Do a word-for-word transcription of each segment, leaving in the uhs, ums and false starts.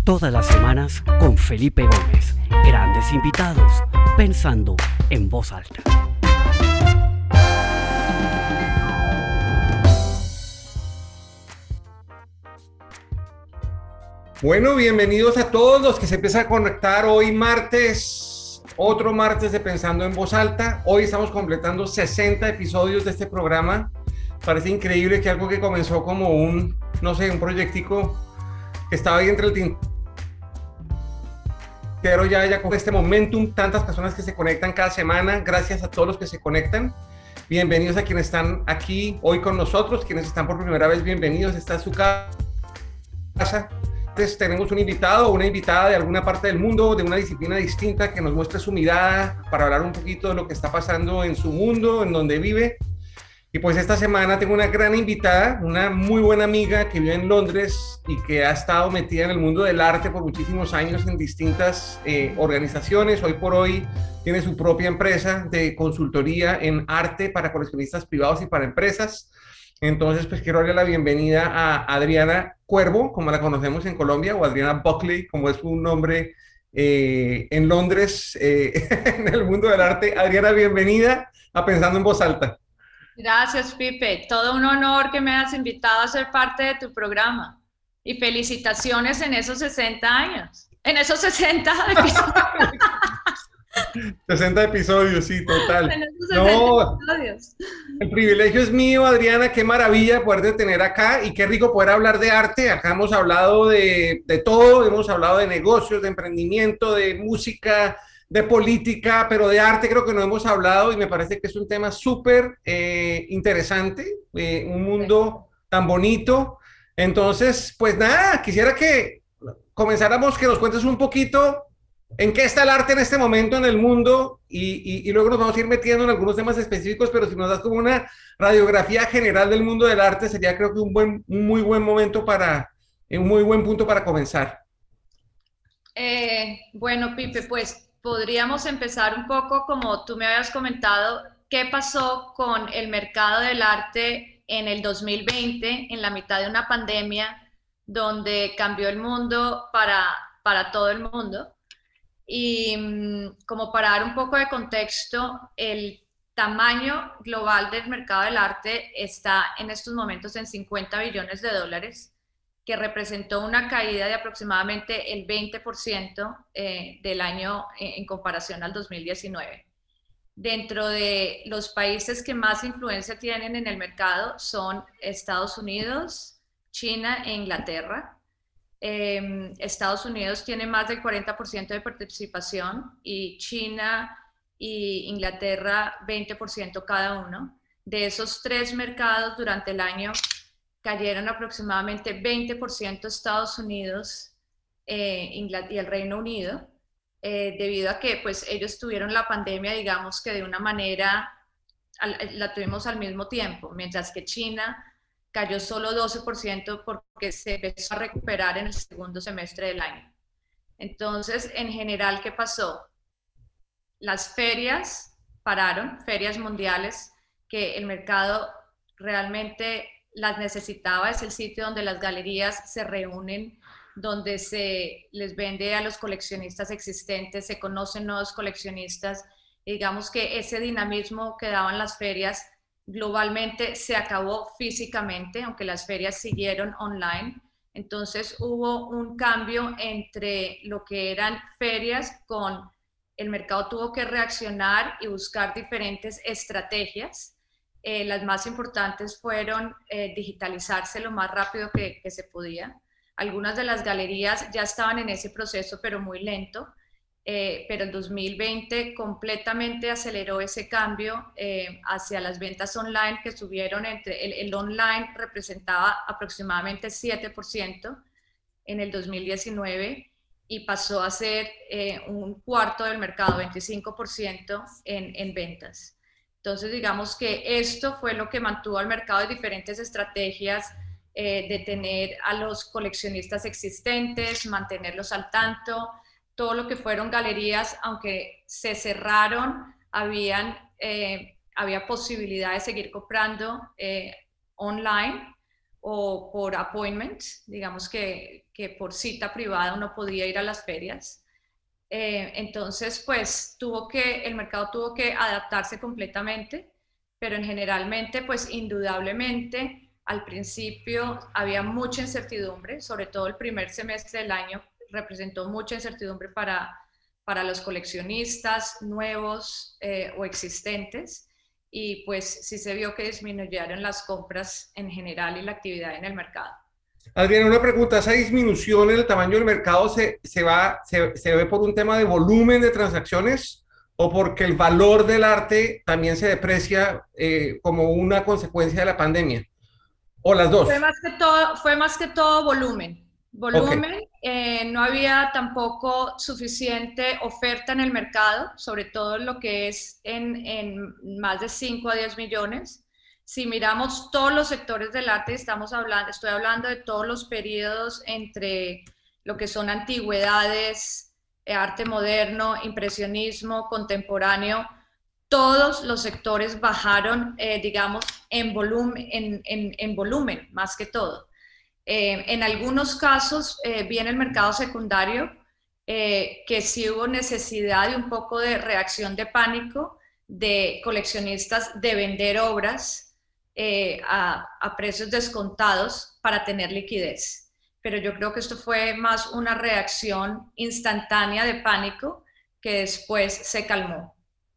Todas las semanas con Felipe Gómez. Grandes invitados, pensando en voz alta. Bueno, bienvenidos a todos los que se empiezan a conectar hoy martes, otro martes de Pensando en Voz Alta. Hoy estamos completando sesenta episodios de este programa. Parece increíble que algo que comenzó como un, no sé, un proyectico que estaba ahí entre el tintero, ya, ya con este momentum, tantas personas que se conectan cada semana. Gracias a todos los que se conectan. Bienvenidos a quienes están aquí hoy con nosotros, quienes están por primera vez, bienvenidos. Esta es su casa. Tenemos un invitado o una invitada de alguna parte del mundo, de una disciplina distinta, que nos muestre su mirada para hablar un poquito de lo que está pasando en su mundo, en donde vive. Y pues esta semana tengo una gran invitada, una muy buena amiga que vive en Londres y que ha estado metida en el mundo del arte por muchísimos años en distintas eh, organizaciones. Hoy por hoy tiene su propia empresa de consultoría en arte para coleccionistas privados y para empresas. Entonces, pues quiero darle la bienvenida a Adriana Cuervo, como la conocemos en Colombia, o Adriana Buckley, como es su nombre eh, en Londres, eh, en el mundo del arte. Adriana, bienvenida a Pensando en Voz Alta. Gracias, Pipe. Todo un honor que me hayas invitado a ser parte de tu programa. Y felicitaciones en esos sesenta años. En esos sesenta episodios. sesenta episodios, sí, total. En esos sesenta no, episodios. El privilegio es mío, Adriana. Qué maravilla poderte tener acá y qué rico poder hablar de arte. Acá hemos hablado de, de todo, hemos hablado de negocios, de emprendimiento, de música, de política, pero de arte creo que no hemos hablado y me parece que es un tema súper eh, interesante, eh, un mundo tan bonito. Entonces, pues nada, quisiera que comenzáramos, que nos cuentes un poquito en qué está el arte en este momento en el mundo y, y, y luego nos vamos a ir metiendo en algunos temas específicos, pero si nos das como una radiografía general del mundo del arte, sería creo que un, buen, un muy buen momento para, un muy buen punto para comenzar. Eh, bueno, Pipe, pues podríamos empezar un poco como tú me habías comentado, qué pasó con el mercado del arte en el dos mil veinte, en la mitad de una pandemia, donde cambió el mundo para, para todo el mundo. Y como para dar un poco de contexto, el tamaño global del mercado del arte está en estos momentos en cincuenta billones de dólares, que representó una caída de aproximadamente el veinte por ciento eh, del año eh, en comparación al dos mil diecinueve. Dentro de los países que más influencia tienen en el mercado son Estados Unidos, China e Inglaterra. Eh, Estados Unidos tiene más del cuarenta por ciento de participación y China e Inglaterra veinte por ciento cada uno. De esos tres mercados durante el año cayeron aproximadamente veinte por ciento Estados Unidos eh, y el Reino Unido, eh, debido a que pues, ellos tuvieron la pandemia, digamos que de una manera, la tuvimos al mismo tiempo, mientras que China cayó solo doce por ciento porque se empezó a recuperar en el segundo semestre del año. Entonces, en general, ¿qué pasó? Las ferias pararon, ferias mundiales, que el mercado realmente las necesitaba, es el sitio donde las galerías se reúnen, donde se les vende a los coleccionistas existentes, se conocen nuevos coleccionistas, y digamos que ese dinamismo que daban las ferias globalmente se acabó físicamente, aunque las ferias siguieron online. Entonces hubo un cambio entre lo que eran ferias con el mercado tuvo que reaccionar y buscar diferentes estrategias. Eh, las más importantes fueron eh, digitalizarse lo más rápido que, que se podía. Algunas de las galerías ya estaban en ese proceso, pero muy lento. Eh, pero el dos mil veinte completamente aceleró ese cambio eh, hacia las ventas online que subieron, entre, el, el online representaba aproximadamente siete por ciento en el dos mil diecinueve y pasó a ser eh, un cuarto del mercado, veinticinco por ciento en, en ventas. Entonces digamos que esto fue lo que mantuvo al mercado de diferentes estrategias eh, de tener a los coleccionistas existentes, mantenerlos al tanto. Todo lo que fueron galerías, aunque se cerraron, habían, eh, había posibilidad de seguir comprando eh, online o por appointment, digamos que, que por cita privada uno podía ir a las ferias. Eh, entonces, pues tuvo que, el mercado tuvo que adaptarse completamente, pero en generalmente, pues indudablemente, al principio había mucha incertidumbre, sobre todo el primer semestre del año representó mucha incertidumbre para, para los coleccionistas nuevos eh, o existentes, y pues sí se vio que disminuyeron las compras en general y la actividad en el mercado. Adriana, una pregunta, ¿esa disminución en el tamaño del mercado se, se, va, se, se ve por un tema de volumen de transacciones o porque el valor del arte también se deprecia eh, como una consecuencia de la pandemia? ¿O las dos? Fue más que todo, fue más que todo volumen. Volumen, okay. eh, no había tampoco suficiente oferta en el mercado, sobre todo lo que es en, en más de cinco a diez millones. Si miramos todos los sectores del arte, estamos hablando, estoy hablando de todos los periodos entre lo que son antigüedades, arte moderno, impresionismo, contemporáneo, todos los sectores bajaron, eh, digamos, en volumen, en, en, en volumen, más que todo. Eh, en algunos casos eh, viene el mercado secundario, eh, que sí hubo necesidad de un poco de reacción de pánico de coleccionistas de vender obras eh, a, a precios descontados para tener liquidez. Pero yo creo que esto fue más una reacción instantánea de pánico que después se calmó.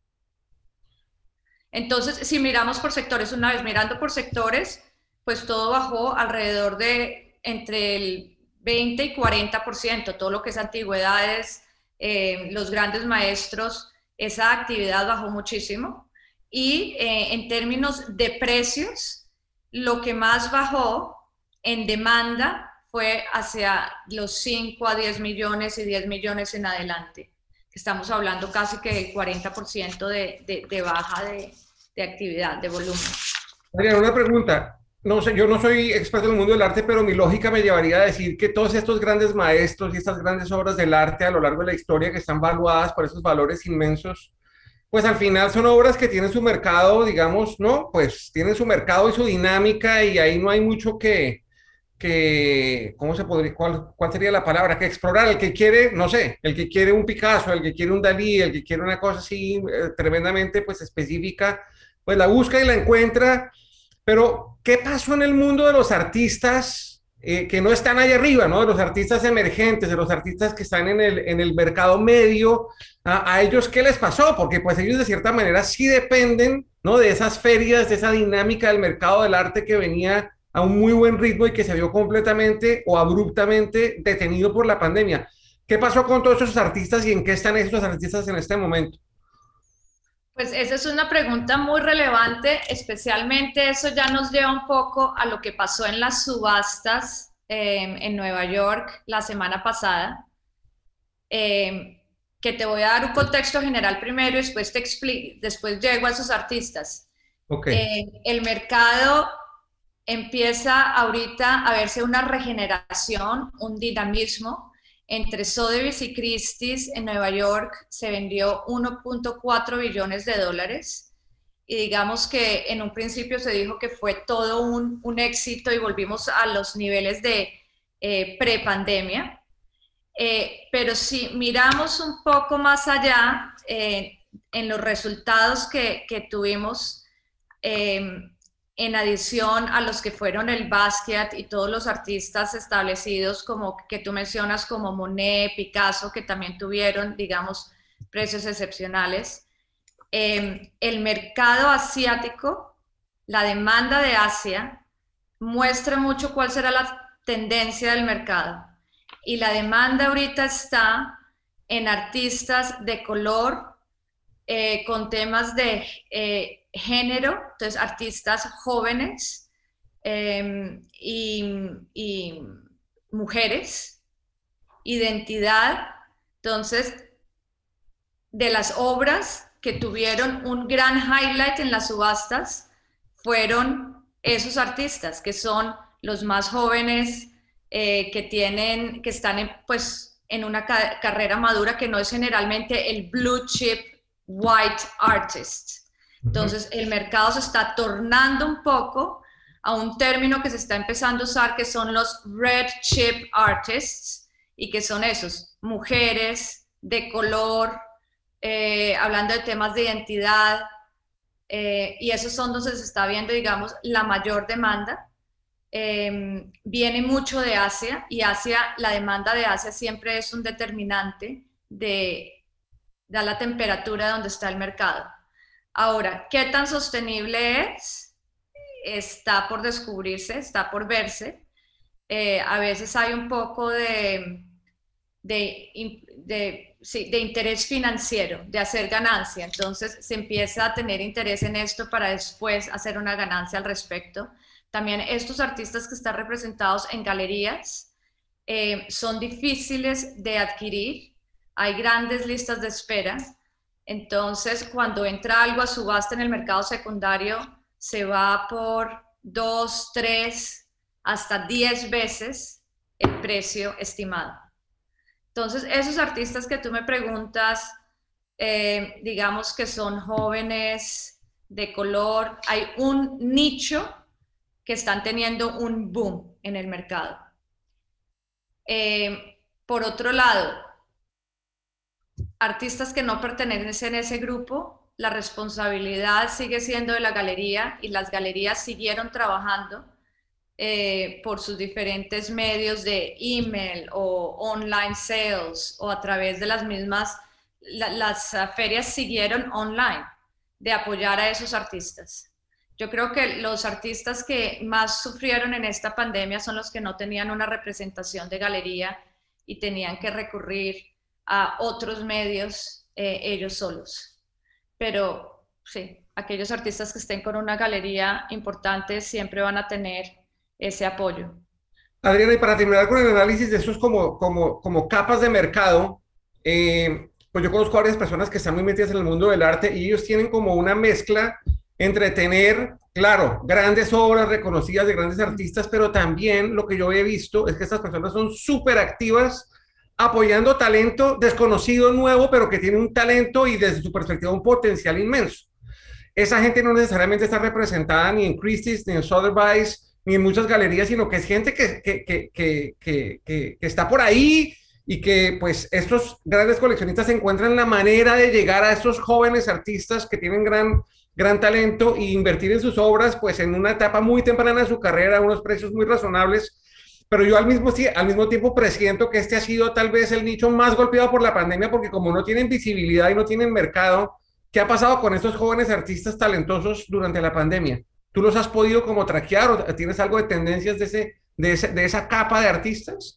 Entonces, si miramos por sectores, una vez mirando por sectores, pues todo bajó alrededor de entre el veinte y cuarenta por ciento, todo lo que es antigüedades, eh, los grandes maestros, esa actividad bajó muchísimo. Y eh, en términos de precios, lo que más bajó en demanda fue hacia los cinco a diez millones y diez millones en adelante. Estamos hablando casi que del cuarenta por ciento de, de, de baja de, de actividad, de volumen. Adriana, una pregunta. No sé, yo no soy experto en el mundo del arte, pero mi lógica me llevaría a decir que todos estos grandes maestros y estas grandes obras del arte a lo largo de la historia que están valuadas por esos valores inmensos, pues al final son obras que tienen su mercado, digamos, ¿no? Pues tienen su mercado y su dinámica y ahí no hay mucho que, que ¿cómo se podría, cuál, cuál sería la palabra? Que explorar. El que quiere, no sé, el que quiere un Picasso, el que quiere un Dalí, el que quiere una cosa así eh, tremendamente pues específica, pues la busca y la encuentra. Pero, ¿qué pasó en el mundo de los artistas eh, que no están allá arriba, ¿no? De los artistas emergentes, de los artistas que están en el, en el mercado medio? ¿A, a ellos qué les pasó? Porque pues ellos de cierta manera sí dependen, ¿no? De esas ferias, de esa dinámica del mercado del arte que venía a un muy buen ritmo y que se vio completamente o abruptamente detenido por la pandemia. ¿Qué pasó con todos esos artistas y en qué están esos artistas en este momento? Pues esa es una pregunta muy relevante, especialmente eso ya nos lleva un poco a lo que pasó en las subastas eh, en Nueva York la semana pasada, eh, que te voy a dar un contexto general primero y después, te explico, después llego a esos artistas. Okay. Eh, el mercado empieza ahorita a verse una regeneración, un dinamismo. Entre Sotheby's y Christie's en Nueva York se vendió uno punto cuatro billones de dólares y digamos que en un principio se dijo que fue todo un, un éxito y volvimos a los niveles de eh, pre-pandemia. Eh, pero si miramos un poco más allá eh, en los resultados que, que tuvimos, eh, en adición a los que fueron el Basquiat y todos los artistas establecidos como que tú mencionas como Monet, Picasso, que también tuvieron, digamos, precios excepcionales. Eh, el mercado asiático, la demanda de Asia, muestra mucho cuál será la tendencia del mercado. Y la demanda ahorita está en artistas de color, eh, con temas de eh, género, entonces artistas jóvenes eh, y, y mujeres, identidad. Entonces, de las obras que tuvieron un gran highlight en las subastas fueron esos artistas que son los más jóvenes, eh, que tienen, que están en, pues, en una ca carrera madura, que no es generalmente el blue chip white artist. Entonces, el mercado se está tornando un poco a un término que se está empezando a usar, que son los red chip artists, y que son esos, mujeres de color, eh, hablando de temas de identidad, eh, y esos son donde se está viendo, digamos, la mayor demanda. Eh, viene mucho de Asia, y Asia, la demanda de Asia siempre es un determinante de, de la temperatura donde está el mercado. Ahora, ¿qué tan sostenible es? Está por descubrirse, está por verse. Eh, a veces hay un poco de, de, de, sí, de interés financiero, de hacer ganancia. Entonces se empieza a tener interés en esto para después hacer una ganancia al respecto. También estos artistas que están representados en galerías eh, son difíciles de adquirir. Hay grandes listas de espera. Entonces, cuando entra algo a subasta en el mercado secundario, se va por dos, tres, hasta diez veces el precio estimado. Entonces, esos artistas que tú me preguntas, eh, digamos que son jóvenes, de color, hay un nicho que están teniendo un boom en el mercado. Eh, por otro lado, artistas que no pertenecen a ese grupo, la responsabilidad sigue siendo de la galería, y las galerías siguieron trabajando eh, por sus diferentes medios de email o online sales, o a través de las mismas, la, las uh, ferias siguieron online, de apoyar a esos artistas. Yo creo que los artistas que más sufrieron en esta pandemia son los que no tenían una representación de galería y tenían que recurrir a otros medios eh, ellos solos. Pero sí, aquellos artistas que estén con una galería importante siempre van a tener ese apoyo. Adriana, y para terminar con el análisis de esos como, como, como capas de mercado, eh, pues yo conozco a varias personas que están muy metidas en el mundo del arte, y ellos tienen como una mezcla entre tener, claro, grandes obras reconocidas de grandes artistas, pero también lo que yo he visto es que estas personas son súper activas apoyando talento desconocido, nuevo, pero que tiene un talento y desde su perspectiva un potencial inmenso. Esa gente no necesariamente está representada ni en Christie's, ni en Sotheby's, ni en muchas galerías, sino que es gente que, que, que, que, que, que, que está por ahí, y que pues estos grandes coleccionistas encuentran la manera de llegar a estos jóvenes artistas que tienen gran, gran talento, e invertir en sus obras pues en una etapa muy temprana de su carrera a unos precios muy razonables. Pero yo al mismo, al mismo tiempo presiento que este ha sido tal vez el nicho más golpeado por la pandemia, porque como no tienen visibilidad y no tienen mercado, ¿qué ha pasado con estos jóvenes artistas talentosos durante la pandemia? ¿Tú los has podido como traquear, o tienes algo de tendencias de, ese, de, ese, de esa capa de artistas?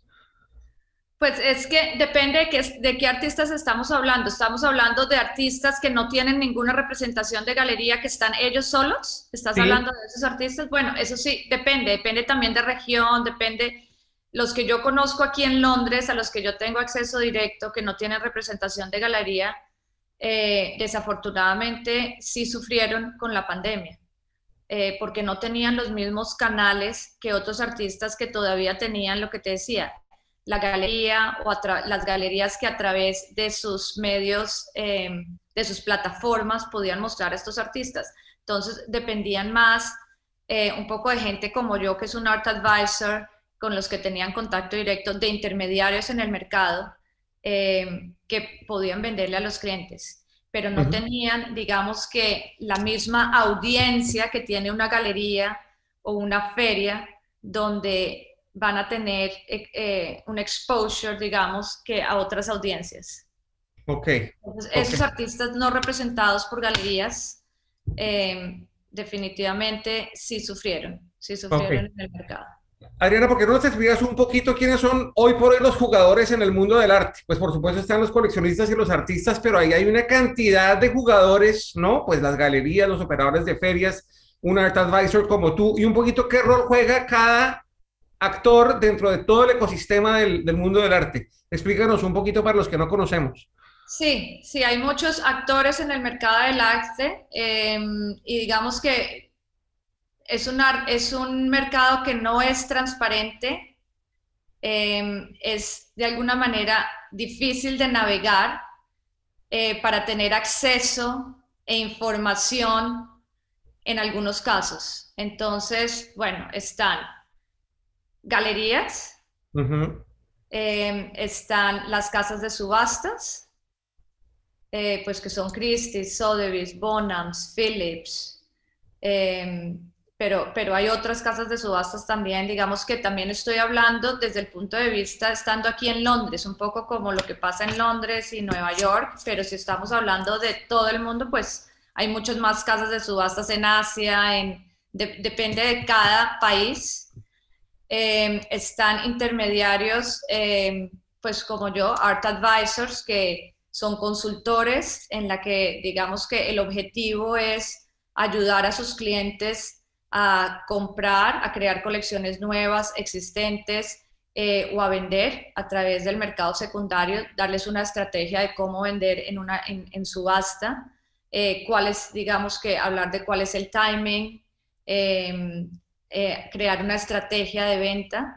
Pues es que depende de qué, de qué artistas estamos hablando. ¿Estamos hablando de artistas que no tienen ninguna representación de galería, que están ellos solos? ¿Estás sí. hablando de esos artistas? Bueno, eso sí, depende. Depende también de región, depende. Los que yo conozco aquí en Londres, a los que yo tengo acceso directo, que no tienen representación de galería, eh, desafortunadamente sí sufrieron con la pandemia, eh, porque no tenían los mismos canales que otros artistas que todavía tenían, lo que te decía, la galería o las galerías que a través de sus medios, eh, de sus plataformas podían mostrar a estos artistas. Entonces dependían más eh, un poco de gente como yo, que es un art advisor, con los que tenían contacto directo, de intermediarios en el mercado, eh, que podían venderle a los clientes, pero no uh-huh. tenían, digamos, que la misma audiencia que tiene una galería o una feria, donde van a tener eh, un exposure, digamos, que a otras audiencias. Ok. Entonces, okay. Esos artistas no representados por galerías, eh, definitivamente sí sufrieron, sí sufrieron okay. en el mercado. Adriana, ¿por qué no nos explicas un poquito quiénes son hoy por hoy los jugadores en el mundo del arte? Pues por supuesto están los coleccionistas y los artistas, pero ahí hay una cantidad de jugadores, ¿no? Pues las galerías, los operadores de ferias, un art advisor como tú, y un poquito qué rol juega cada actor dentro de todo el ecosistema del, del mundo del arte. Explícanos un poquito para los que no conocemos. Sí, sí, hay muchos actores en el mercado del arte, eh, y digamos que Es un, es un mercado que no es transparente, eh, es de alguna manera difícil de navegar eh, para tener acceso e información en algunos casos. Entonces, bueno, están galerías, uh-huh. eh, están las casas de subastas, eh, pues que son Christie's, Sotheby's, Bonhams, Phillips, eh, pero, pero hay otras casas de subastas también. Digamos que también estoy hablando desde el punto de vista estando aquí en Londres, un poco como lo que pasa en Londres y Nueva York, pero si estamos hablando de todo el mundo, pues hay muchas más casas de subastas en Asia, en, de, depende de cada país. Eh, están intermediarios, eh, pues como yo, Art Advisors, que son consultores en la que digamos que el objetivo es ayudar a sus clientes a comprar, a crear colecciones nuevas, existentes, eh, o a vender a través del mercado secundario, darles una estrategia de cómo vender en, una, en, en subasta, eh, cuál es, digamos que hablar de cuál es el timing, eh, eh, crear una estrategia de venta.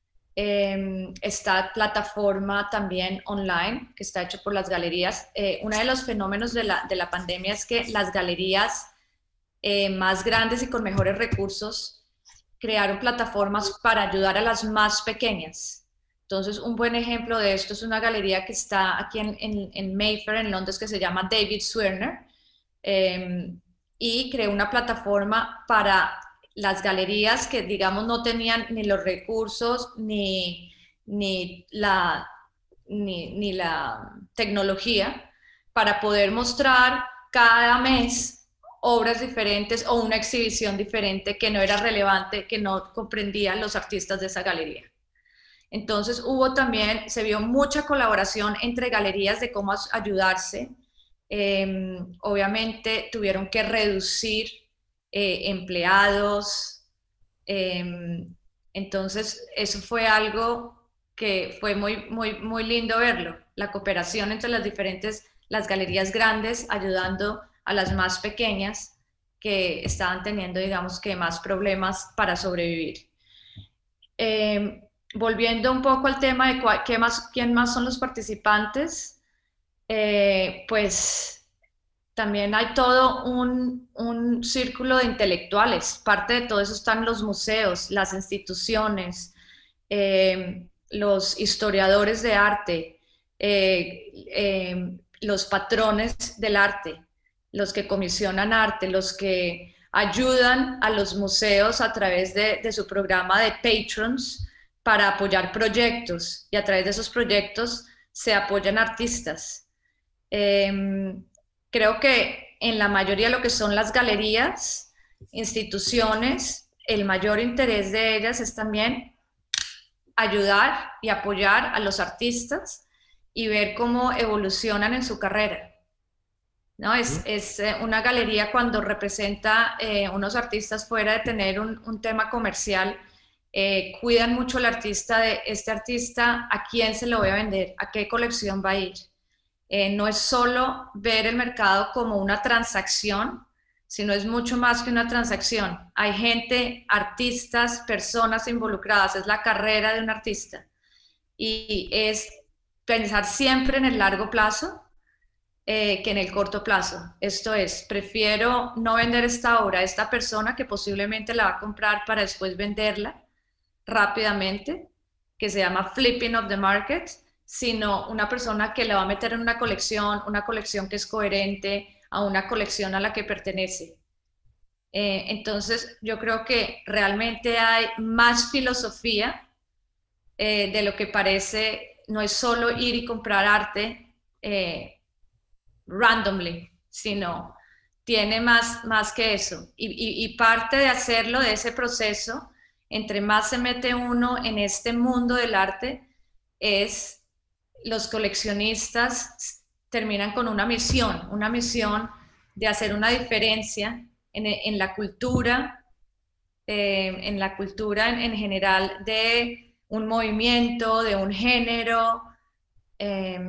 Eh, esta plataforma también online que está hecho por las galerías. Eh, uno de los fenómenos de la, de la pandemia es que las galerías eh, más grandes y con mejores recursos crearon plataformas para ayudar a las más pequeñas. Entonces, un buen ejemplo de esto es una galería que está aquí en, en, en Mayfair, en Londres, que se llama David Swirner, eh, y creó una plataforma para las galerías que, digamos, no tenían ni los recursos ni, ni, la, ni, ni la tecnología para poder mostrar cada mes obras diferentes o una exhibición diferente que no era relevante, que no comprendían los artistas de esa galería. Entonces hubo también, se vio mucha colaboración entre galerías de cómo ayudarse. Eh, obviamente tuvieron que reducir eh, empleados, eh, entonces eso fue algo que fue muy, muy, muy lindo verlo, la cooperación entre las diferentes, las galerías grandes ayudando a las más pequeñas que estaban teniendo, digamos que más problemas para sobrevivir. Eh, volviendo un poco al tema de cuál, qué más, quién más son los participantes, eh, pues también hay todo un, un círculo de intelectuales. Parte de todo eso están los museos, las instituciones, eh, los historiadores de arte, eh, eh, los patrones del arte, los que comisionan arte, los que ayudan a los museos a través de, de su programa de patrons para apoyar proyectos, y a través de esos proyectos se apoyan artistas. Eh, creo que en la mayoría de lo que son las galerías, instituciones, el mayor interés de ellas es también ayudar y apoyar a los artistas y ver cómo evolucionan en su carrera. ¿No? Es, es una galería cuando representa eh, unos artistas fuera de tener un, un tema comercial, eh, cuidan mucho al artista de este artista, a quién se lo voy a vender, a qué colección va a ir. Eh, no es solo ver el mercado como una transacción, sino es mucho más que una transacción. Hay gente, artistas, personas involucradas, es la carrera de un artista. Y es pensar siempre en el largo plazo, Eh, que en el corto plazo. Esto es, prefiero no vender esta obra a esta persona que posiblemente la va a comprar para después venderla rápidamente, que se llama flipping of the market, sino una persona que la va a meter en una colección, una colección que es coherente a una colección a la que pertenece. Eh, entonces, yo creo que realmente hay más filosofía eh, de lo que parece. No es solo ir y comprar arte eh, randomly, sino tiene más, más que eso. Y, y, y parte de hacerlo, de ese proceso, entre más se mete uno en este mundo del arte, es los coleccionistas terminan con una misión, una misión de hacer una diferencia en, en la cultura, eh, en la cultura en, en general de un movimiento, de un género. Eh,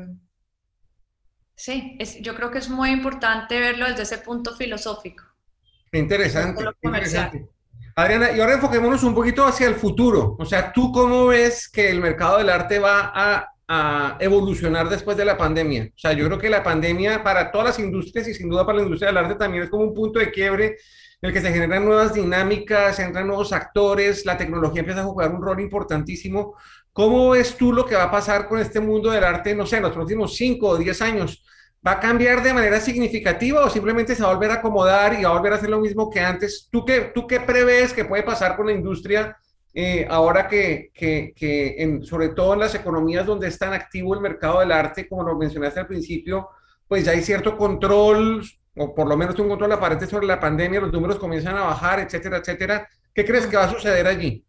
Sí, es, yo creo que es muy importante verlo desde ese punto filosófico. Qué interesante, qué interesante. Adriana, y ahora enfoquémonos un poquito hacia el futuro. O sea, ¿tú cómo ves que el mercado del arte va a, a evolucionar después de la pandemia? O sea, yo creo que la pandemia para todas las industrias y sin duda para la industria del arte también es como un punto de quiebre en el que se generan nuevas dinámicas, entran nuevos actores, la tecnología empieza a jugar un rol importantísimo. ¿Cómo ves tú lo que va a pasar con este mundo del arte, no sé, en los próximos cinco o diez años? ¿Va a cambiar de manera significativa o simplemente se va a volver a acomodar y va a volver a hacer lo mismo que antes? ¿Tú qué, tú qué prevés que puede pasar con la industria eh, ahora que, que, que en, sobre todo en las economías donde es tan activo el mercado del arte, como lo mencionaste al principio, pues ya hay cierto control, o por lo menos un control aparente sobre la pandemia, los números comienzan a bajar, etcétera, etcétera? ¿Qué crees que va a suceder allí?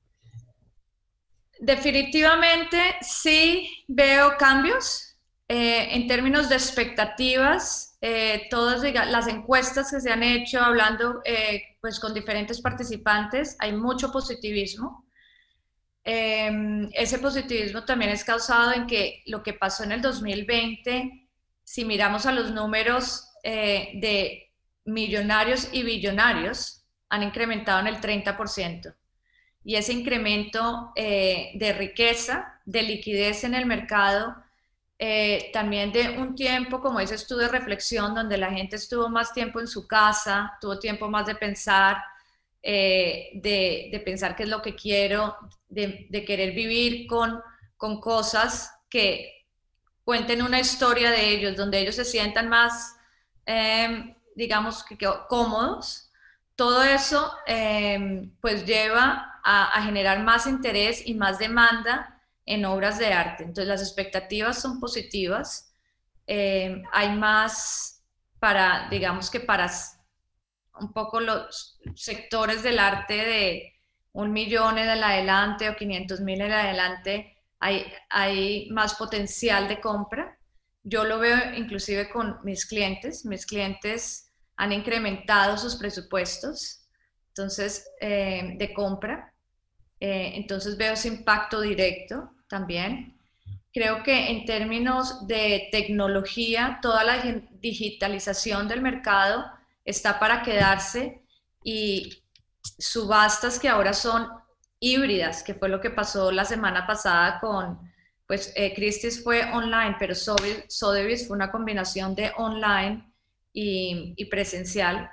Definitivamente sí veo cambios. Eh, en términos de expectativas, eh, todas las encuestas que se han hecho hablando eh, pues con diferentes participantes, hay mucho positivismo. Eh, ese positivismo también es causado en que lo que pasó en el dos mil veinte, si miramos a los números eh, de millonarios y billonarios, han incrementado en el treinta por ciento. Y ese incremento eh, de riqueza, de liquidez en el mercado, Eh, también de un tiempo, como dices tú, de reflexión, donde la gente estuvo más tiempo en su casa, tuvo tiempo más de pensar, eh, de, de pensar qué es lo que quiero, de, de querer vivir con, con cosas que cuenten una historia de ellos, donde ellos se sientan más, eh, digamos, que, que, cómodos. Todo eso eh, pues lleva a, a generar más interés y más demanda en obras de arte. Entonces las expectativas son positivas, eh, hay más para, digamos que para un poco los sectores del arte de un millón en adelante o quinientos mil en adelante, hay, hay más potencial de compra. Yo lo veo inclusive con mis clientes, mis clientes han incrementado sus presupuestos, entonces, eh, de compra, eh, entonces veo ese impacto directo también. Creo que en términos de tecnología, toda la digitalización del mercado está para quedarse y subastas que ahora son híbridas, que fue lo que pasó la semana pasada con, pues eh, Christie's fue online, pero Sotheby's fue una combinación de online y, y presencial.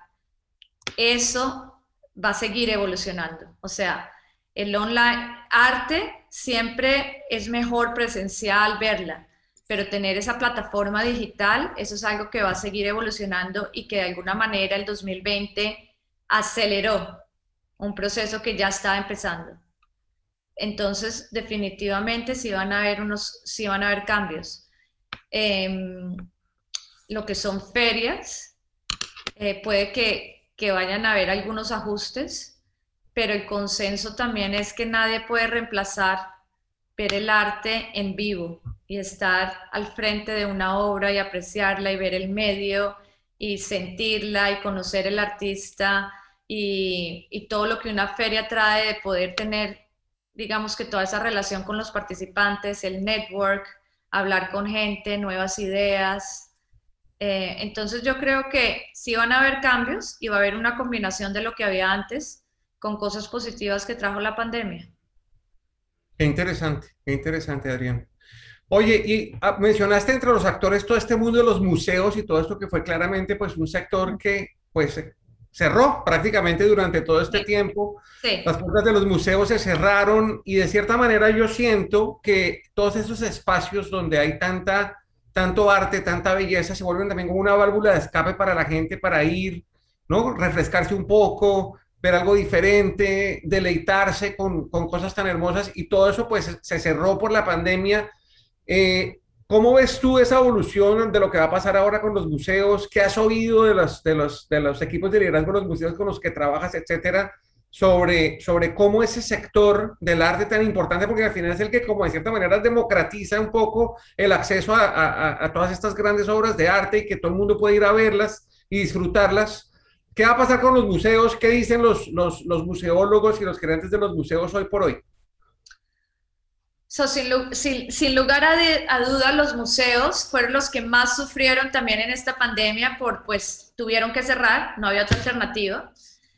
Eso va a seguir evolucionando, o sea, el online arte siempre es mejor presencial verla, pero tener esa plataforma digital, eso es algo que va a seguir evolucionando y que de alguna manera el dos mil veinte aceleró un proceso que ya estaba empezando. Entonces, definitivamente sí van a haber unos, sí van a haber cambios. Eh, lo que son ferias, eh, puede que, que vayan a haber algunos ajustes, pero el consenso también es que nadie puede reemplazar ver el arte en vivo y estar al frente de una obra y apreciarla y ver el medio y sentirla y conocer el artista y, y todo lo que una feria trae de poder tener, digamos que toda esa relación con los participantes, el network, hablar con gente, nuevas ideas. Eh, entonces yo creo que sí van a haber cambios y va a haber una combinación de lo que había antes con cosas positivas que trajo la pandemia. Qué interesante, qué interesante, Adrián. Oye, y ah, mencionaste entre los actores todo este mundo de los museos y todo esto que fue claramente pues un sector que pues cerró prácticamente durante todo este sí. tiempo. Sí. Las puertas de los museos se cerraron y de cierta manera yo siento que todos esos espacios donde hay tanta, tanto arte, tanta belleza, se vuelven también como una válvula de escape para la gente para ir, ¿no? Refrescarse un poco, ver algo diferente, deleitarse con, con cosas tan hermosas y todo eso pues se cerró por la pandemia. Eh, ¿Cómo ves tú esa evolución de lo que va a pasar ahora con los museos? ¿Qué has oído de los, de los, de los equipos de liderazgo de los museos con los que trabajas, etcétera, sobre, sobre cómo ese sector del arte tan importante, porque al final es el que como de cierta manera democratiza un poco el acceso a, a, a todas estas grandes obras de arte y que todo el mundo puede ir a verlas y disfrutarlas? ¿Qué va a pasar con los museos? ¿Qué dicen los, los, los museólogos y los gerentes de los museos hoy por hoy? So, sin, sin, sin lugar a, de, a duda, los museos fueron los que más sufrieron también en esta pandemia, por, pues tuvieron que cerrar, no había otra alternativa,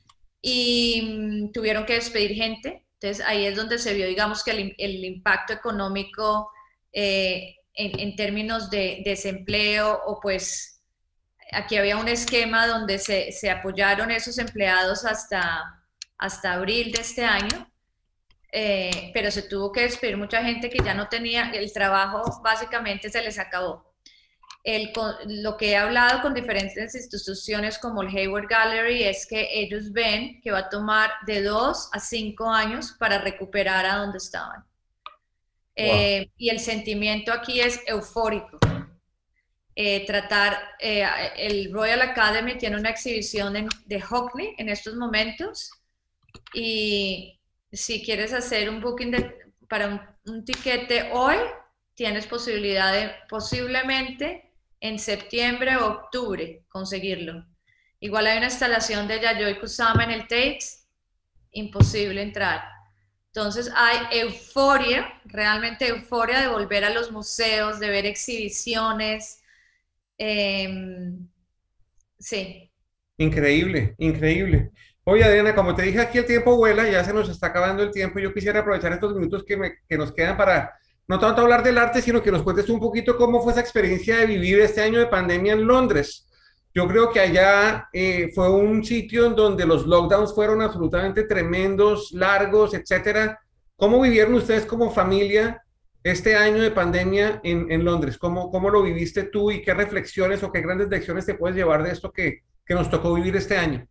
y um, tuvieron que despedir gente. Entonces ahí es donde se vio, digamos, que el, el impacto económico eh, en, en términos de desempleo o pues aquí había un esquema donde se, se apoyaron esos empleados hasta, hasta abril de este año, eh, pero se tuvo que despedir mucha gente que ya no tenía, el trabajo básicamente se les acabó. El, lo que he hablado con diferentes instituciones como el Hayward Gallery es que ellos ven que va a tomar de dos a cinco años para recuperar a donde estaban. Wow. Eh, y el sentimiento aquí es eufórico. Eh, tratar, eh, el Royal Academy tiene una exhibición en, de Hockney en estos momentos, y si quieres hacer un booking de, para un, un tiquete hoy, tienes posibilidad de posiblemente en septiembre o octubre conseguirlo. Igual hay una instalación de Yayoi Kusama en el Takes, imposible entrar. Entonces hay euforia, realmente euforia de volver a los museos, de ver exhibiciones. Eh, sí. Increíble, increíble. Oye, Adriana, como te dije, aquí el tiempo vuela, ya se nos está acabando el tiempo. Yo quisiera aprovechar estos minutos que, me, que nos quedan para no tanto hablar del arte, sino que nos cuentes un poquito cómo fue esa experiencia de vivir este año de pandemia en Londres. Yo creo que allá eh, fue un sitio en donde los lockdowns fueron absolutamente tremendos, largos, etcétera. ¿Cómo vivieron ustedes como familia este año de pandemia en, en Londres? ¿Cómo, ¿Cómo lo viviste tú y qué reflexiones o qué grandes lecciones te puedes llevar de esto que, que nos tocó vivir este año?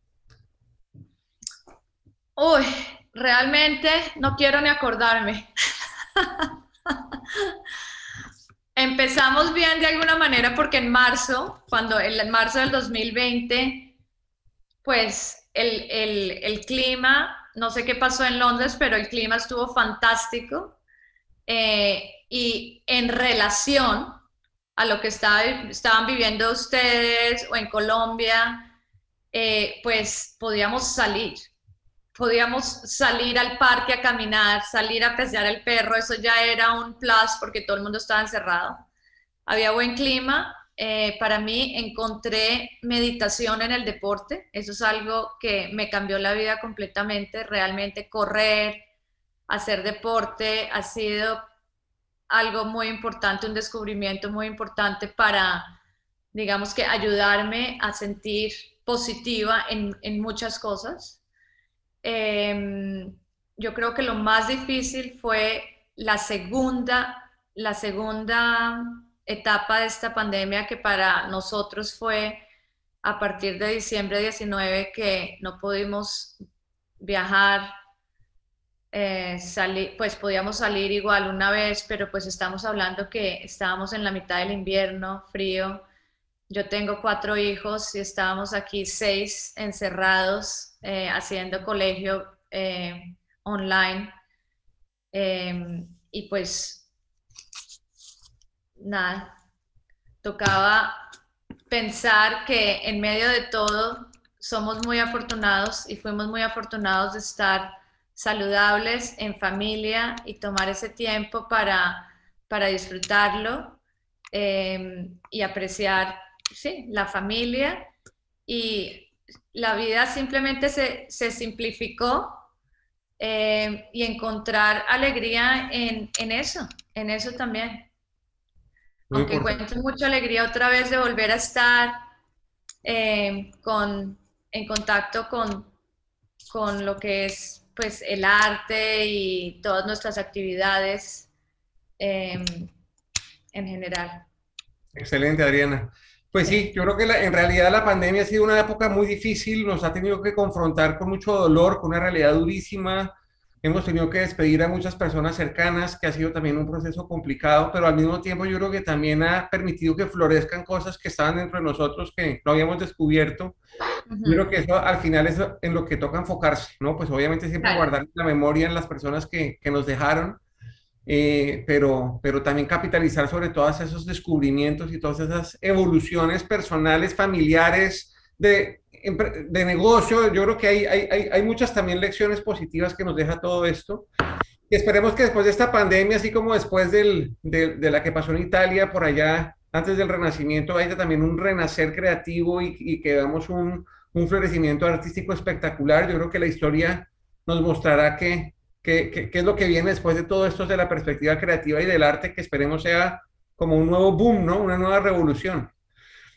Uy, realmente no quiero ni acordarme. Empezamos bien de alguna manera porque en marzo, cuando en marzo del dos mil veinte, pues el, el, el clima, no sé qué pasó en Londres, pero el clima estuvo fantástico, eh, y en relación a lo que estaba, estaban viviendo ustedes o en Colombia, eh, pues podíamos salir. Podíamos salir al parque a caminar, salir a pasear el perro, eso ya era un plus porque todo el mundo estaba encerrado. Había buen clima. Eh, para mí encontré meditación en el deporte, eso es algo que me cambió la vida completamente. Realmente correr, hacer deporte ha sido algo muy importante, un descubrimiento muy importante para, digamos que ayudarme a sentir positiva en, en muchas cosas. Eh, yo creo que lo más difícil fue la segunda, la segunda etapa de esta pandemia, que para nosotros fue a partir de diciembre diecinueve, que no pudimos viajar, eh, salir, pues podíamos salir igual una vez, pero pues estamos hablando que estábamos en la mitad del invierno, frío. Yo tengo cuatro hijos y estábamos aquí seis encerrados, eh, haciendo colegio eh, online. Eh, y pues nada, tocaba pensar que en medio de todo somos muy afortunados y fuimos muy afortunados de estar saludables, en familia, y tomar ese tiempo para, para disfrutarlo, eh, y apreciar, sí, la familia, y la vida simplemente se, se simplificó, eh, y encontrar alegría en, en eso, en eso también. Muy Aunque encuentro mucha alegría otra vez de volver a estar eh, con, en contacto con, con lo que es pues el arte y todas nuestras actividades eh, en general. Excelente, Adriana. Pues sí, yo creo que la, en realidad la pandemia ha sido una época muy difícil, nos ha tenido que confrontar con mucho dolor, con una realidad durísima. Hemos tenido que despedir a muchas personas cercanas, que ha sido también un proceso complicado, pero al mismo tiempo yo creo que también ha permitido que florezcan cosas que estaban dentro de nosotros que no habíamos descubierto. Uh-huh. Yo creo que eso al final es en lo que toca enfocarse, ¿no? Pues obviamente siempre claro. guardar la memoria en las personas que, que nos dejaron, eh, pero, pero también capitalizar sobre todos esos descubrimientos y todas esas evoluciones personales, familiares, de, de negocio. Yo creo que hay, hay, hay muchas también lecciones positivas que nos deja todo esto. Y esperemos que después de esta pandemia, así como después del, de, de la que pasó en Italia, por allá, antes del Renacimiento, haya también un renacer creativo y, y que veamos un, un florecimiento artístico espectacular. Yo creo que la historia nos mostrará que, que, que, que es lo que viene después de todo esto, de la perspectiva creativa y del arte, que esperemos sea como un nuevo boom, ¿no? Una nueva revolución.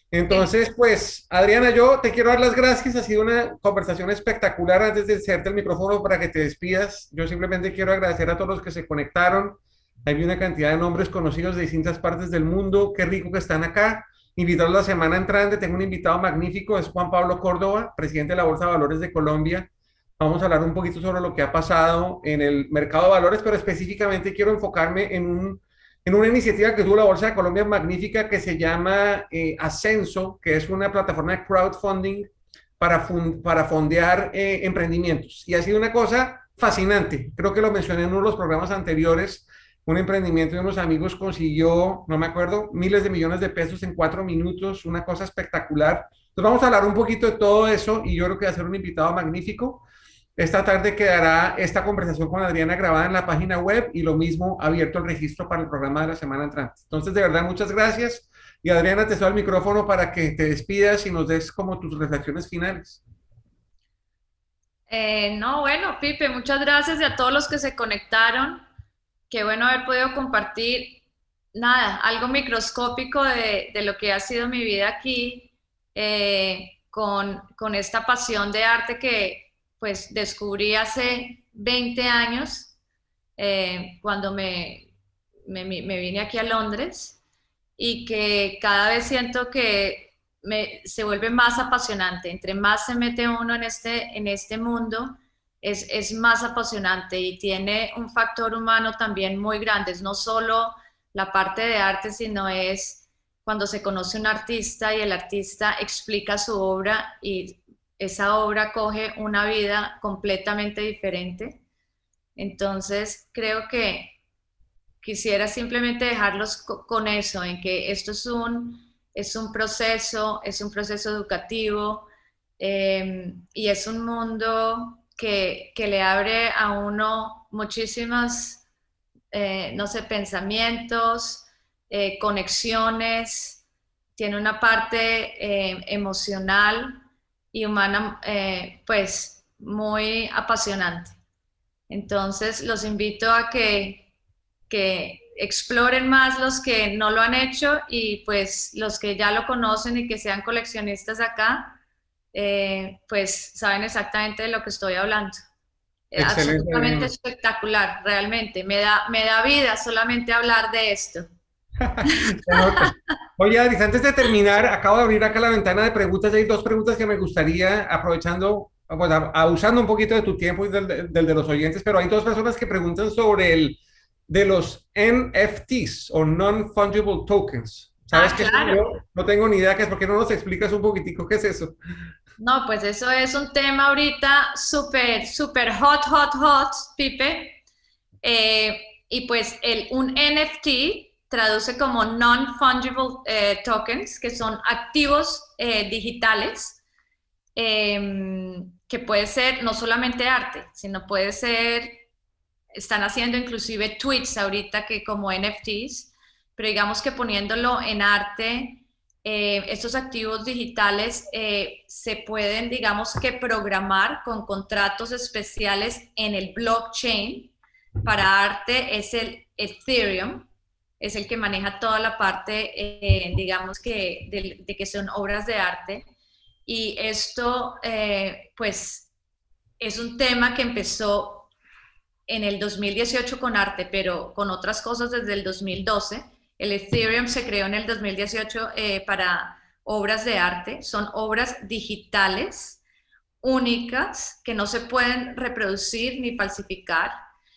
Entonces, pues, Adriana, yo te quiero dar las gracias. Ha sido una conversación espectacular. Antes de hacerte el micrófono para que te despidas, yo simplemente quiero agradecer a todos los que se conectaron. Hay una cantidad de nombres conocidos de distintas partes del mundo. Qué rico que están acá. Invitarlos la semana entrante. Tengo un invitado magnífico, es Juan Pablo Córdoba, presidente de la Bolsa de Valores de Colombia. Vamos a hablar un poquito sobre lo que ha pasado en el mercado de valores, pero específicamente quiero enfocarme en un en una iniciativa que tuvo la Bolsa de Colombia magnífica que se llama eh, Ascenso, que es una plataforma de crowdfunding para, fund, para fondear eh, emprendimientos. Y ha sido una cosa fascinante. Creo que lo mencioné en uno de los programas anteriores. Un emprendimiento de unos amigos consiguió, no me acuerdo, miles de millones de pesos en cuatro minutos, una cosa espectacular. Entonces vamos a hablar un poquito de todo eso y yo creo que va a ser un invitado magnífico. Esta tarde quedará esta conversación con Adriana grabada en la página web y lo mismo abierto el registro para el programa de la semana entrante. Entonces, de verdad, muchas gracias. Y Adriana, te cedo el micrófono para que te despidas y nos des como tus reflexiones finales. Eh, no, bueno, Pipe, muchas gracias y a todos los que se conectaron. Qué bueno haber podido compartir, nada, algo microscópico de, de lo que ha sido mi vida aquí, eh, con, con esta pasión de arte que pues descubrí hace veinte años, eh, cuando me, me, me vine aquí a Londres, y que cada vez siento que me, se vuelve más apasionante. Entre más se mete uno en este, en este mundo, es, es más apasionante y tiene un factor humano también muy grande. Es no solo la parte de arte, sino es cuando se conoce un artista y el artista explica su obra y esa obra coge una vida completamente diferente. Entonces, creo que quisiera simplemente dejarlos con eso, en que esto es un, es un proceso, es un proceso educativo, eh, y es un mundo que, que le abre a uno muchísimas, eh, no sé, pensamientos, eh, conexiones, tiene una parte eh, emocional y humana, eh, pues muy apasionante. Entonces los invito a que, que exploren más los que no lo han hecho y pues los que ya lo conocen y que sean coleccionistas acá, eh, pues saben exactamente de lo que estoy hablando. Excelente. Absolutamente espectacular, realmente. Me da, me da vida solamente hablar de esto. Oye, Adri, antes de terminar, acabo de abrir acá la ventana de preguntas. Hay dos preguntas que me gustaría, aprovechando, pues, abusando un poquito de tu tiempo y del, del de los oyentes, pero hay dos personas que preguntan sobre el de los N F Ts o Non-Fungible Tokens. ¿Sabes ah, qué claro. es? Yo no tengo ni idea qué es. ¿Por qué no nos explicas un poquitico qué es eso? No, pues eso es un tema ahorita súper, súper hot, hot, hot, Pipe. Eh, y pues el, un N F T traduce como non-fungible eh, tokens, que son activos eh, digitales, eh, que puede ser no solamente arte, sino puede ser, están haciendo inclusive tweets ahorita que como N F Ts, pero digamos que poniéndolo en arte, eh, estos activos digitales eh, se pueden, digamos que programar con contratos especiales en el blockchain. Para arte es el Ethereum, es el que maneja toda la parte, eh, digamos que, de, de que son obras de arte. Y esto, eh, pues, es un tema que empezó en el dos mil dieciocho con arte, pero con otras cosas desde el dos mil doce. El Ethereum se creó en el dos mil dieciocho eh, para obras de arte. Son obras digitales, únicas, que no se pueden reproducir ni falsificar.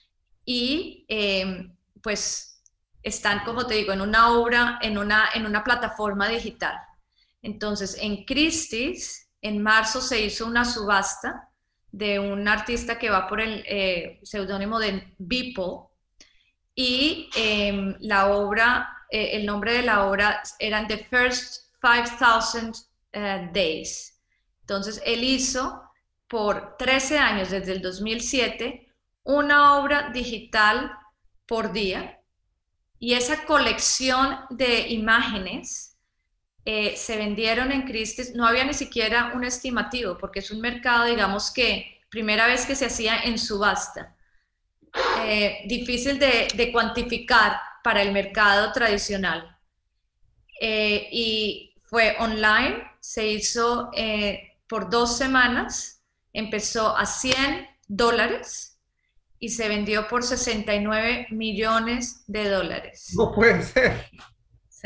Y, eh, pues, están, como te digo, en una obra, en una, en una plataforma digital. Entonces, en Christie's, en marzo se hizo una subasta de un artista que va por el eh, seudónimo de Beeple, y eh, la obra, eh, el nombre de la obra eran The First five thousand uh, Days. Entonces, él hizo por trece años, desde el dos mil siete, una obra digital por día. Y esa colección de imágenes eh, se vendieron en Christie's. No había ni siquiera un estimativo, porque es un mercado, digamos que, primera vez que se hacía en subasta. Eh, difícil de, de cuantificar para el mercado tradicional. Eh, y fue online, se hizo eh, por dos semanas, empezó a cien dólares y se vendió por sesenta y nueve millones de dólares. No puede ser. Sí.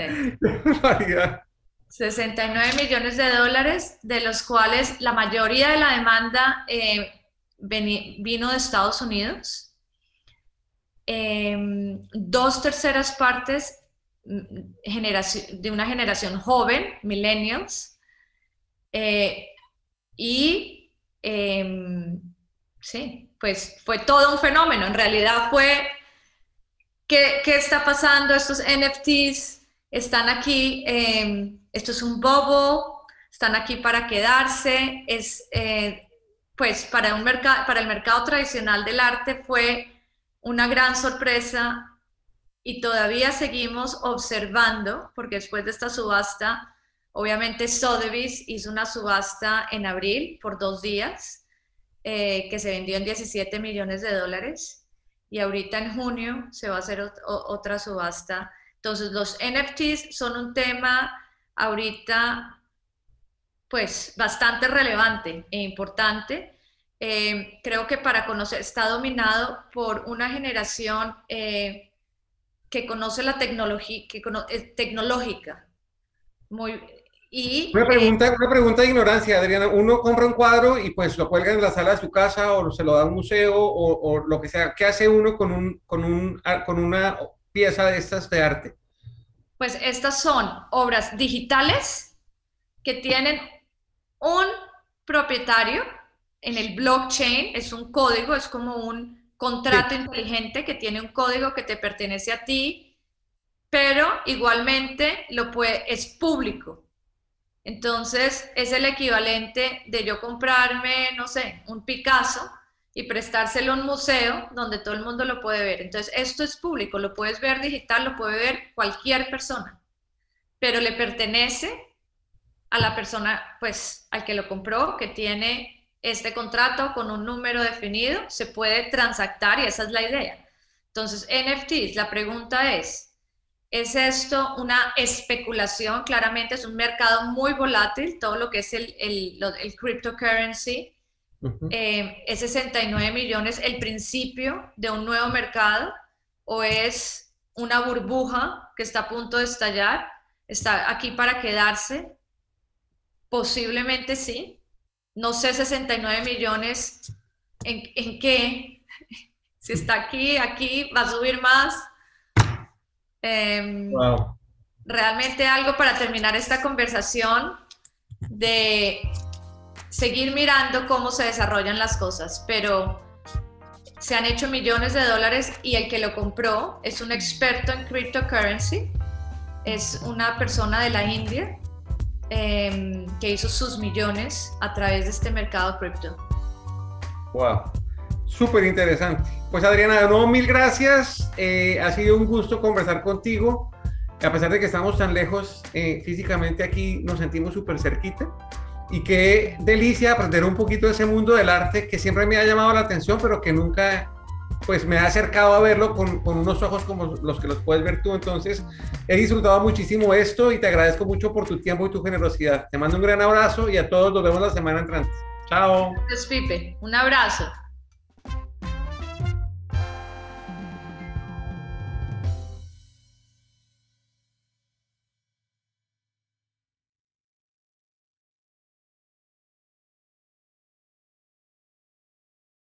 sesenta y nueve millones de dólares, de los cuales la mayoría de la demanda eh, vino de Estados Unidos. Eh, dos terceras partes de una generación joven, millennials, eh, y eh, sí, pues fue todo un fenómeno. En realidad fue, ¿qué, qué está pasando? Estos N F Ts están aquí, eh, esto es un bobo, están aquí para quedarse. Es, eh, pues para, un mercado, para el mercado tradicional del arte fue una gran sorpresa. Y todavía seguimos observando, porque después de esta subasta, obviamente Sotheby's hizo una subasta en abril por dos días, eh, que se vendió en diecisiete millones de dólares, y ahorita en junio se va a hacer ot otra subasta. Entonces los N F Ts son un tema ahorita pues bastante relevante e importante. Eh, creo que para conocer, está dominado por una generación eh, que conoce la tecnología, que cono es tecnológica. Muy, y, una, pregunta, eh, una pregunta de ignorancia, Adriana. Uno compra un cuadro y pues lo cuelga en la sala de su casa o se lo da a un museo o, o lo que sea. ¿Qué hace uno con, un, con, un, con una pieza de estas de arte? Pues estas son obras digitales que tienen un propietario en el blockchain. Es un código, es como un contrato sí. inteligente que tiene un código que te pertenece a ti, pero igualmente lo puede, es público. Entonces es el equivalente de yo comprarme, no sé, un Picasso y prestárselo a un museo donde todo el mundo lo puede ver. Entonces esto es público, lo puedes ver digital, lo puede ver cualquier persona, pero le pertenece a la persona, pues, al que lo compró, que tiene este contrato con un número definido, se puede transactar y esa es la idea. Entonces, N F Ts, la pregunta es, ¿es esto una especulación? Claramente es un mercado muy volátil, todo lo que es el, el, el cryptocurrency. Uh-huh. eh, ¿Es sesenta y nueve millones el principio de un nuevo mercado o es una burbuja que está a punto de estallar? ¿Está aquí para quedarse? Posiblemente sí. No sé sesenta y nueve millones en, en qué, si está aquí, aquí, va a subir más. Eh, wow. Realmente algo para terminar esta conversación de seguir mirando cómo se desarrollan las cosas, pero se han hecho millones de dólares y el que lo compró es un experto en cryptocurrency, es una persona de la India. Eh, que hizo sus millones a través de este mercado cripto. Wow, súper interesante. Pues Adriana, de nuevo mil gracias, eh, ha sido un gusto conversar contigo, a pesar de que estamos tan lejos eh, físicamente, aquí nos sentimos súper cerquita y qué delicia aprender un poquito de ese mundo del arte que siempre me ha llamado la atención, pero que nunca pues me ha acercado a verlo con, con unos ojos como los que los puedes ver tú. Entonces he disfrutado muchísimo esto y te agradezco mucho por tu tiempo y tu generosidad. Te mando un gran abrazo y a todos nos vemos la semana entrante. Chao. Gracias, Pipe. Un abrazo.